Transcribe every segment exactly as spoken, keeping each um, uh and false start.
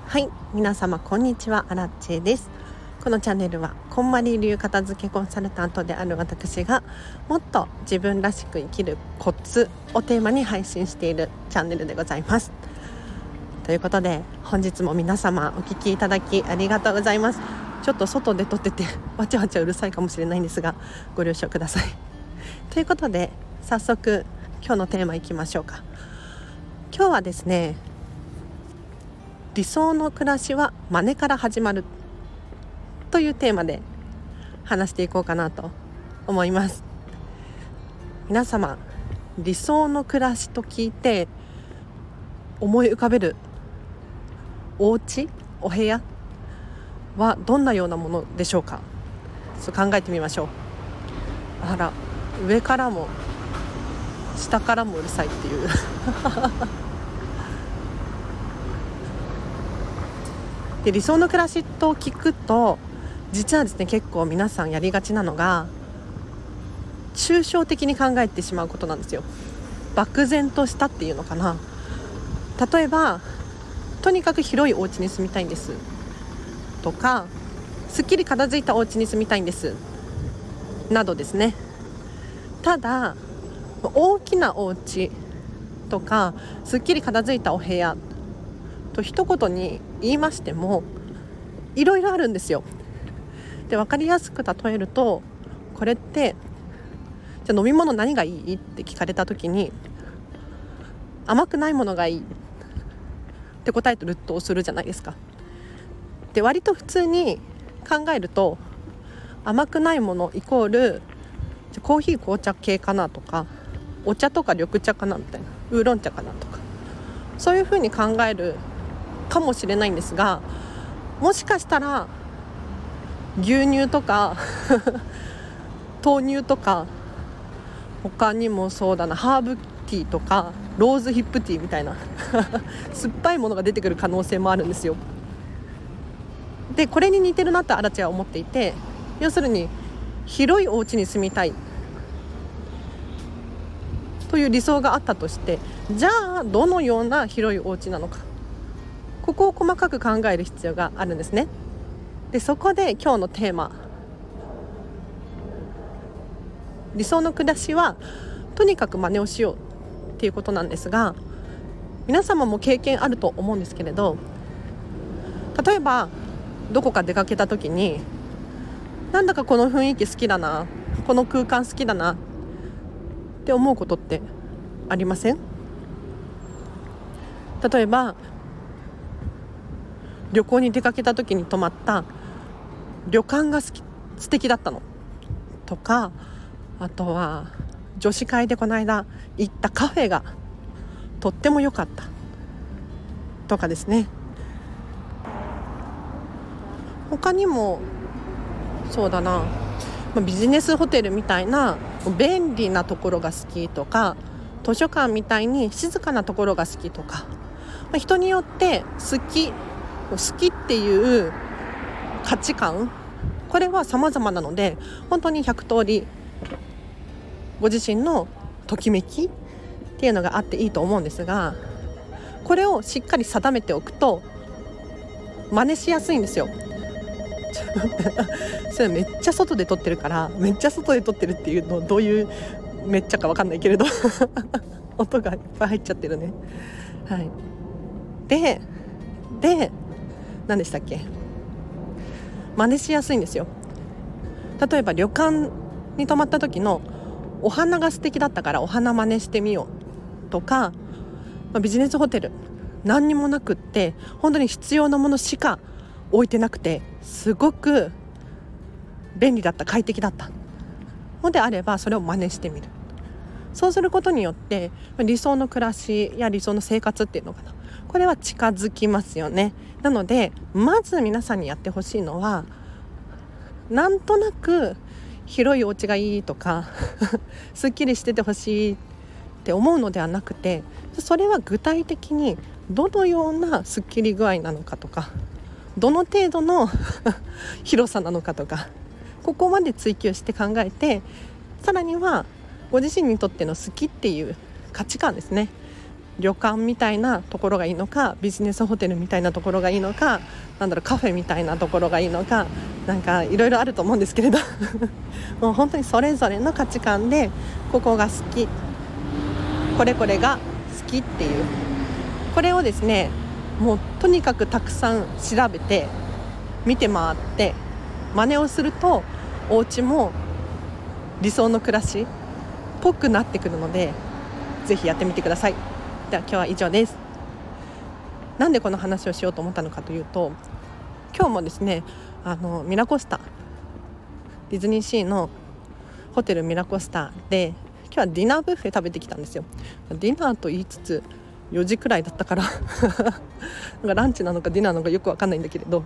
はい、皆様こんにちは、アラッチェです。このチャンネルはこんまり流片付けコンサルタントである私がもっと自分らしく生きるコツをテーマに配信しているチャンネルでございます。ということで本日も皆様お聞きいただきありがとうございます。ちょっと外で撮っててわちゃわちゃうるさいかもしれないんですがご了承ください。ということで早速今日のテーマいきましょうか。今日はですね、理想の暮らしは真似から始まるというテーマで話していこうかなと思います。皆様、理想の暮らしと聞いて思い浮かべるお家、お部屋はどんなようなものでしょうか。そう考えてみましょう。あら、上からも下からもうるさいっていうで理想の暮らしと聞くと実はですね、結構皆さんやりがちなのが抽象的に考えてしまうことなんですよ。漠然としたっていうのかな。例えばとにかく広いお家に住みたいんですとか、すっきり片付いたお家に住みたいんですなどですね。ただ大きなお家とかすっきり片付いたお部屋と一言に言いましてもいろいろあるんですよ。で分かりやすく例えると、これってじゃあ飲み物何がいいって聞かれた時に甘くないものがいいって答えるとするじゃないですか。で割と普通に考えると甘くないものイコールじゃコーヒー紅茶系かなとか、お茶とか緑茶かなみたいな、ウーロン茶かなとか、そういうふうに考えるかもしれないんですが、もしかしたら牛乳とか豆乳とか他にもそうだな、ハーブティーとかローズヒップティーみたいな酸っぱいものが出てくる可能性もあるんですよ。でこれに似てるなってアラチは思っていて、要するに広いお家に住みたいという理想があったとして、じゃあどのような広いお家なのか、ここを細かく考える必要があるんですね。でそこで今日のテーマ、理想の暮らしはとにかく真似をしようっていうことなんですが、皆様も経験あると思うんですけれど、例えばどこか出かけた時になんだかこの雰囲気好きだな、この空間好きだなって思うことってありません？例えば旅行に出かけた時に泊まった旅館が好き素敵だったのとか、あとは女子会でこの間行ったカフェがとっても良かったとかですね。他にもそうだな、ビジネスホテルみたいな便利なところが好きとか、図書館みたいに静かなところが好きとか、人によって好き好きっていう価値観、これは様々なので本当にひゃく通りご自身のときめきっていうのがあっていいと思うんですが、これをしっかり定めておくと真似しやすいんですよそれめっちゃ外で撮ってるから、めっちゃ外で撮ってるっていうのどういうめっちゃか分かんないけれど音がいっぱい入っちゃってるね。はい。でで何でしたっけ、真似しやすいんですよ。例えば旅館に泊まった時のお花が素敵だったからお花真似してみようとか、まあ、ビジネスホテル何にもなくって本当に必要なものしか置いてなくてすごく便利だった、快適だったのであればそれを真似してみる。そうすることによって理想の暮らしや理想の生活っていうのかな、これは近づきますよね。なのでまず皆さんにやってほしいのは、なんとなく広いお家がいいとかすっきりしててほしいって思うのではなくて、それは具体的にどのようなすっきり具合なのかとか、どの程度の広さなのかとか、ここまで追求して考えて、さらにはご自身にとっての好きっていう価値観ですね、 旅館みたいなところがいいのか、ビジネスホテルみたいなところがいいのか、なんだろうカフェみたいなところがいいのか、なんかいろいろあると思うんですけれどもう本当にそれぞれの価値観でここが好き、これこれが好きっていう、これをですねもうとにかくたくさん調べて見て回って真似をすると、お家も理想の暮らしっぽくなってくるので、ぜひやってみてください。では今日は以上です。なんでこの話をしようと思ったのかというと、今日もですねあのミラコスタ、ディズニーシーのホテルミラコスタで今日はディナーブッフェ食べてきたんですよ。ディナーと言いつつよじくらいだったからなんかランチなのかディナーなのかよく分かんないんだけれど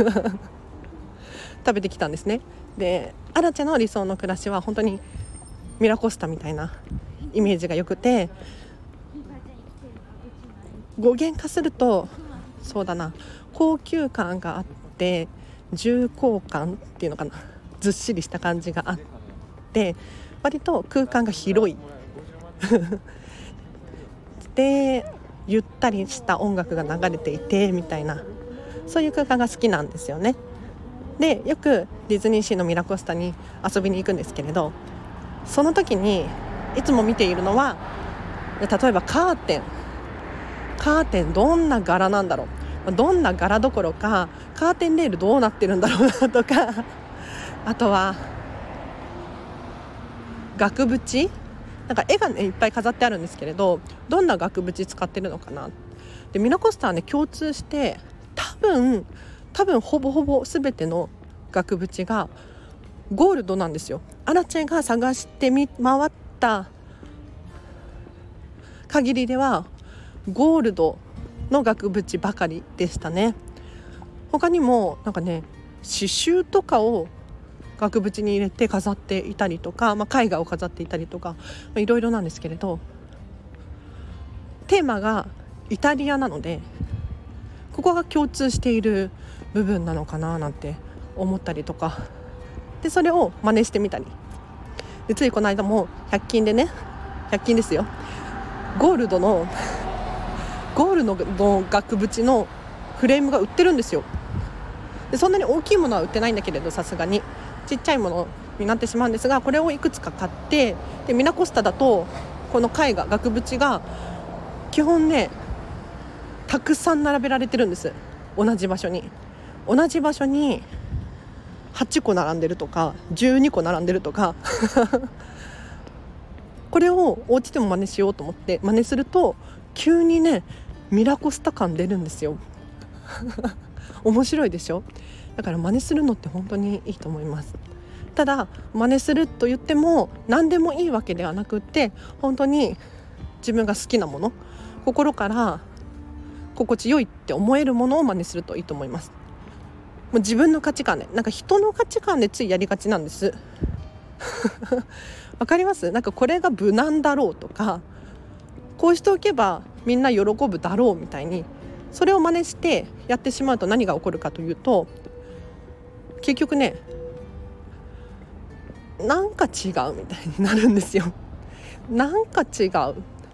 食べてきたんですね。で、アラチェの理想の暮らしは本当にミラコスタみたいなイメージが良くて、語源化するとそうだな、高級感があって重厚感っていうのかな、ずっしりした感じがあって、割と空間が広いでゆったりした音楽が流れていてみたいな、そういう空間が好きなんですよね。で、よくディズニーシーのミラコスタに遊びに行くんですけれど、その時にいつも見ているのは、例えばカーテンカーテンどんな柄なんだろう、どんな柄どころかカーテンレールどうなってるんだろうなとか、あとは額縁、なんか絵がねいっぱい飾ってあるんですけれど、どんな額縁使ってるのかな。で、ミラコスタはね共通して多分多分ほぼほぼ全ての額縁がゴールドなんですよ。アラチェが探してみ回った限りではゴールドの額縁ばかりでしたね。他にもなんかね刺繍とかを額縁に入れて飾っていたりとか、まあ、絵画を飾っていたりとか、まあ、いろいろなんですけれど、テーマがイタリアなのでここが共通している部分なのかななんて思ったりとかで、それを真似してみたりで、ついこの間もひゃく均でね、ひゃく均ですよ、ゴールドのゴールドの額縁のフレームが売ってるんですよ。で、そんなに大きいものは売ってないんだけれど、さすがにちっちゃいものになってしまうんですが、これをいくつか買って、でミラコスタだとこの絵画額縁が基本ねたくさん並べられてるんです。同じ場所に同じ場所にはちこ並んでるとかじゅうにこ並んでるとかこれをお家でも真似しようと思って真似すると急にねミラコスタ感出るんですよ面白いでしょ。だから真似するのって本当にいいと思います。ただ真似すると言っても何でもいいわけではなくって、本当に自分が好きなもの、心から心地よいって思えるものを真似するといいと思います。もう自分の価値観で、なんか人の価値観でついやりがちなんですわかります？なんかこれが無難だろうとか、こうしておけばみんな喜ぶだろうみたいに、それを真似してやってしまうと何が起こるかというと、結局ねなんか違うみたいになるんですよ。なんか違う、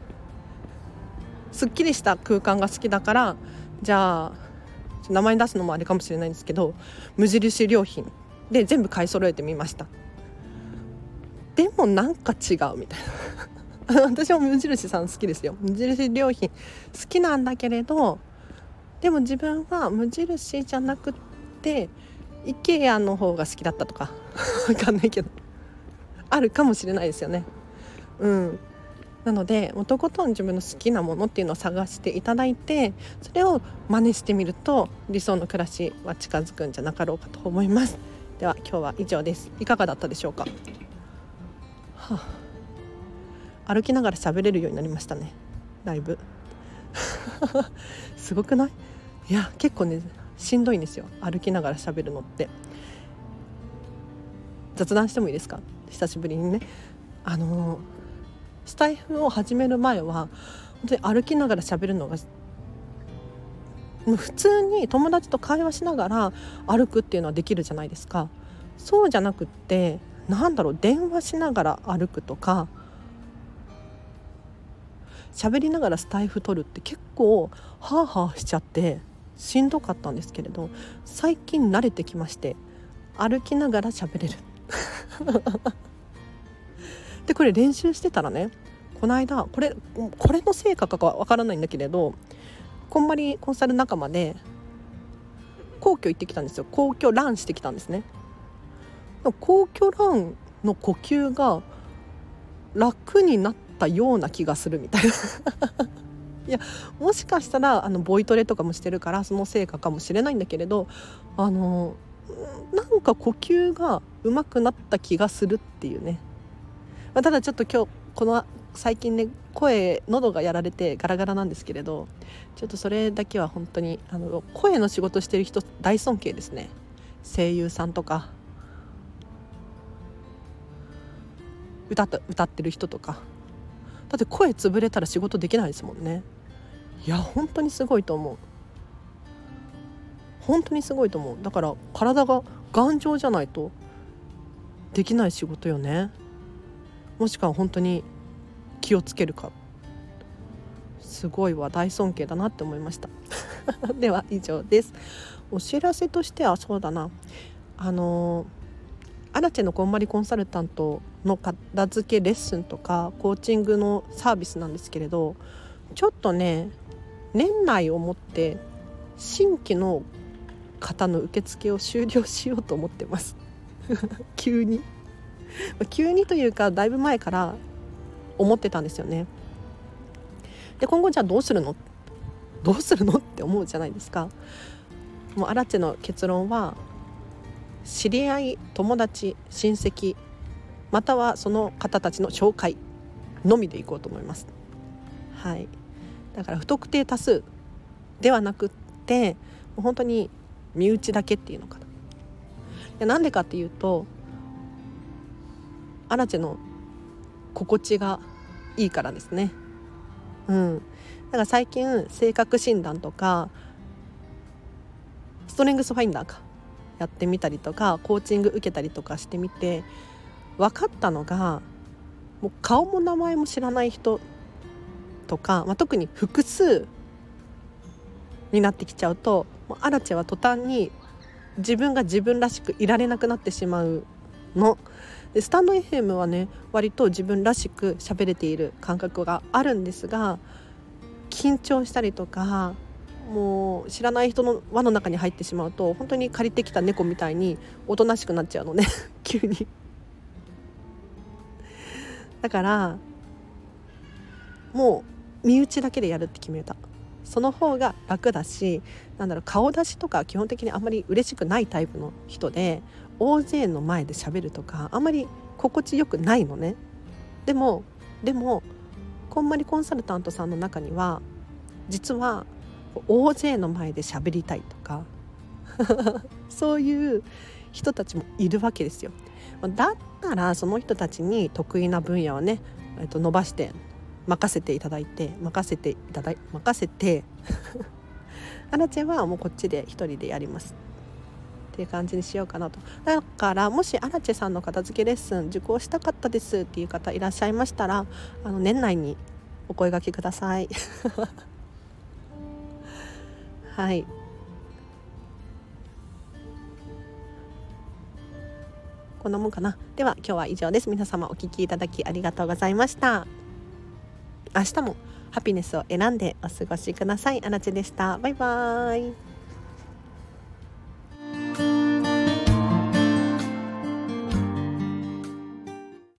すっきりした空間が好きだから、じゃあ名前出すのもあれかもしれないんですけど、無印良品で全部買い揃えてみました。でもなんか違うみたいな私も無印さん好きですよ。無印良品好きなんだけれど、でも自分は無印じゃなくってイケアの方が好きだったとかわかんないけどあるかもしれないですよね。うんなので、とことん自分の好きなものっていうのを探していただいて、それを真似してみると理想の暮らしは近づくんじゃなかろうかと思います。では今日は以上です。いかがだったでしょうか。はあ、歩きながら喋れるようになりましたね、だいぶすごくない？いや結構ねしんどいんですよ、歩きながら喋るのって。雑談してもいいですか？久しぶりにね、あのー、スタイフを始める前は本当に歩きながら喋るのがもう普通に友達と会話しながら歩くっていうのはできるじゃないですか。そうじゃなくって、なんだろう、電話しながら歩くとか、 喋りながらスタイフ取るって結構ハーハーしちゃってしんどかったんですけれど、最近慣れてきまして、歩きながら喋れるでこれ練習してたらね、この間これこれの成果かわからないんだけれど、こんまりコンサル仲間で皇居行ってきたんですよ。皇居ランしてきたんですね。皇居ランの呼吸が楽になったような気がするみたいないや、もしかしたらあのボイトレとかもしてるからその成果かもしれないんだけれど、あのなんか呼吸が上手くなった気がするっていうね、まあ、ただちょっと今日この最近ね声喉がやられてガラガラなんですけれど、ちょっとそれだけは本当にあの声の仕事してる人大尊敬ですね。声優さんとか歌っ歌ってる人とか、だって声潰れたら仕事できないですもんね。いや本当にすごいと思う。本当にすごいと思う。だから体が頑丈じゃないとできない仕事よね。もしくは本当に気をつけるか、すごいわ、大尊敬だなって思いましたでは以上です。お知らせとしてはそうだな、あのアラチェのこんまりコンサルタントの片付けレッスンとかコーチングのサービスなんですけれど、ちょっとね年内をもって新規の方の受付を終了しようと思ってます急に急にというかだいぶ前から思ってたんですよね。で今後じゃあどうするのどうするのって思うじゃないですか。もうアラチェの結論は、知り合い、友達、親戚、またはその方たちの紹介のみでいこうと思います。はい、だから不特定多数ではなくって、もう本当に身内だけっていうのかな。でなんでかっていうと、アラチェの心地がいいからですね。うん、だから最近性格診断とかストレングスファインダーかやってみたりとか、コーチング受けたりとかしてみて分かったのが、もう顔も名前も知らない人とか、まあ、特に複数になってきちゃうと、もうアラチェは途端に自分が自分らしくいられなくなってしまうので、スタンド エフエム はね割と自分らしく喋れている感覚があるんですが、緊張したりとか、もう知らない人の輪の中に入ってしまうと本当に借りてきた猫みたいにおとなしくなっちゃうのね急に。だからもう身内だけでやるって決めた。その方が楽だし、なんだろう、顔出しとか基本的にあんまり嬉しくないタイプの人で、大勢の前で喋るとかあんまり心地よくないのね。でもでもこんまりコンサルタントさんの中には実は大勢の前で喋りたいとかそういう人たちもいるわけですよ。だったらその人たちに得意な分野をね、えっと、伸ばして任せていただいて任せていただい任せてアラチェはもうこっちで一人でやりますっていう感じにしようかなと。だからもしアラチェさんの片付けレッスン受講したかったですっていう方いらっしゃいましたら、あの年内にお声掛けくださいはい、こんなもんかな。では今日は以上です。皆様お聞きいただきありがとうございました。明日もハピネスを選んでお過ごしください。アラチェでした。バイバイ。